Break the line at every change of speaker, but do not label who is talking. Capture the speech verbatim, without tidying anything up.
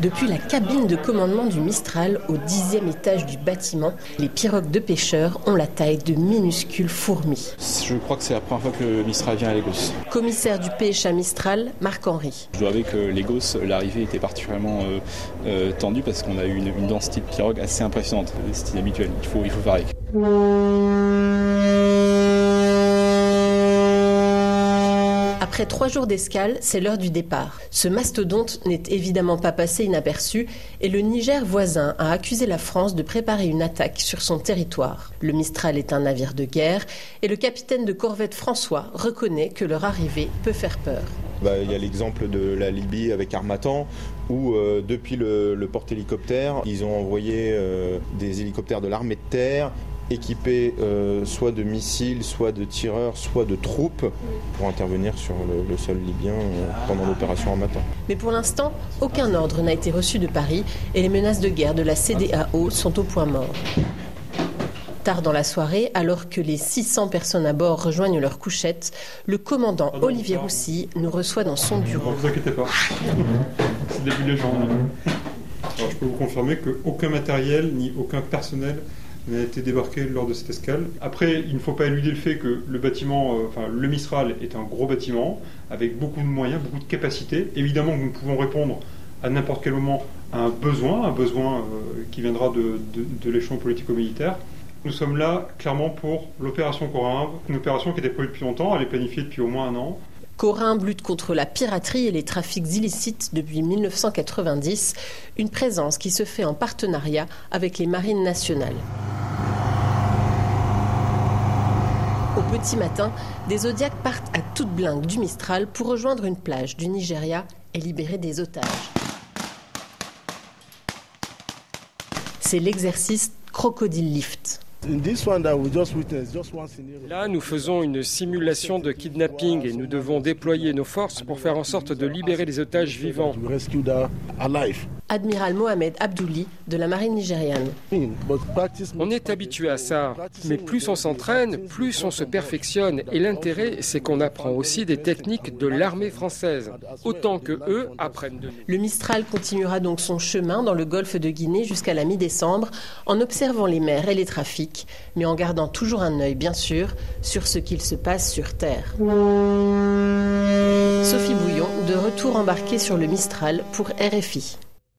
Depuis la cabine de commandement du Mistral au dixième étage du bâtiment, les pirogues de pêcheurs ont la taille de minuscules fourmis.
Je crois que c'est la première fois que le Mistral vient à Lagos.
Commissaire du P H A Mistral, Marc-Henri.
Je dois avouer que Lagos, l'arrivée était particulièrement euh, euh, tendue parce qu'on a eu une, une densité de pirogues assez impressionnante. C'est inhabituel, il faut, il faut varier.
Après trois jours d'escale, c'est l'heure du départ. Ce mastodonte n'est évidemment pas passé inaperçu et le Niger voisin a accusé la France de préparer une attaque sur son territoire. Le Mistral est un navire de guerre et le capitaine de corvette François reconnaît que leur arrivée peut faire peur.
Bah, il y a l'exemple de la Libye avec Harmattan où euh, depuis le, le porte-hélicoptère, ils ont envoyé euh, des hélicoptères de l'armée de terre équipés euh, soit de missiles, soit de tireurs, soit de troupes pour intervenir sur le, le sol libyen euh, pendant l'opération Harmattan.
Mais pour l'instant, aucun ordre n'a été reçu de Paris et les menaces de guerre de la C D A O sont au point mort. Tard dans la soirée, alors que les six cents personnes à bord rejoignent leur couchette, le commandant Pardon, Olivier Roussy nous reçoit dans son bureau.
Ne vous inquiétez pas, c'est le début de légende. Alors je peux vous confirmer qu'aucun matériel ni aucun personnel n'a été débarqué lors de cette escale. Après, il ne faut pas éluder le fait que le bâtiment, euh, enfin le Mistral est un gros bâtiment avec beaucoup de moyens, beaucoup de capacités. Évidemment que nous pouvons répondre à n'importe quel moment à un besoin, un besoin euh, qui viendra de, de, de l'échelon politico-militaire. Nous sommes là clairement pour l'opération Corimbe, une opération qui était prévue depuis longtemps, elle est planifiée depuis au moins un an.
Corimbe lutte contre la piraterie et les trafics illicites depuis mille neuf cent quatre-vingt-dix, une présence qui se fait en partenariat avec les marines nationales. Au petit matin, des Zodiacs partent à toute blingue du Mistral pour rejoindre une plage du Nigeria et libérer des otages. C'est l'exercice Crocodile Lift.
Là, nous faisons une simulation de kidnapping et nous devons déployer nos forces pour faire en sorte de libérer les otages vivants.
Admiral Mohamed Abdouli de la marine nigériane.
On est habitué à ça, mais plus on s'entraîne, plus on se perfectionne. Et l'intérêt, c'est qu'on apprend aussi des techniques de l'armée française, autant que eux apprennent de nous.
Le Mistral continuera donc son chemin dans le golfe de Guinée jusqu'à la mi-décembre, en observant les mers et les trafics, mais en gardant toujours un œil, bien sûr, sur ce qu'il se passe sur Terre. Sophie Bouillon, de retour embarquée sur le Mistral pour R F I.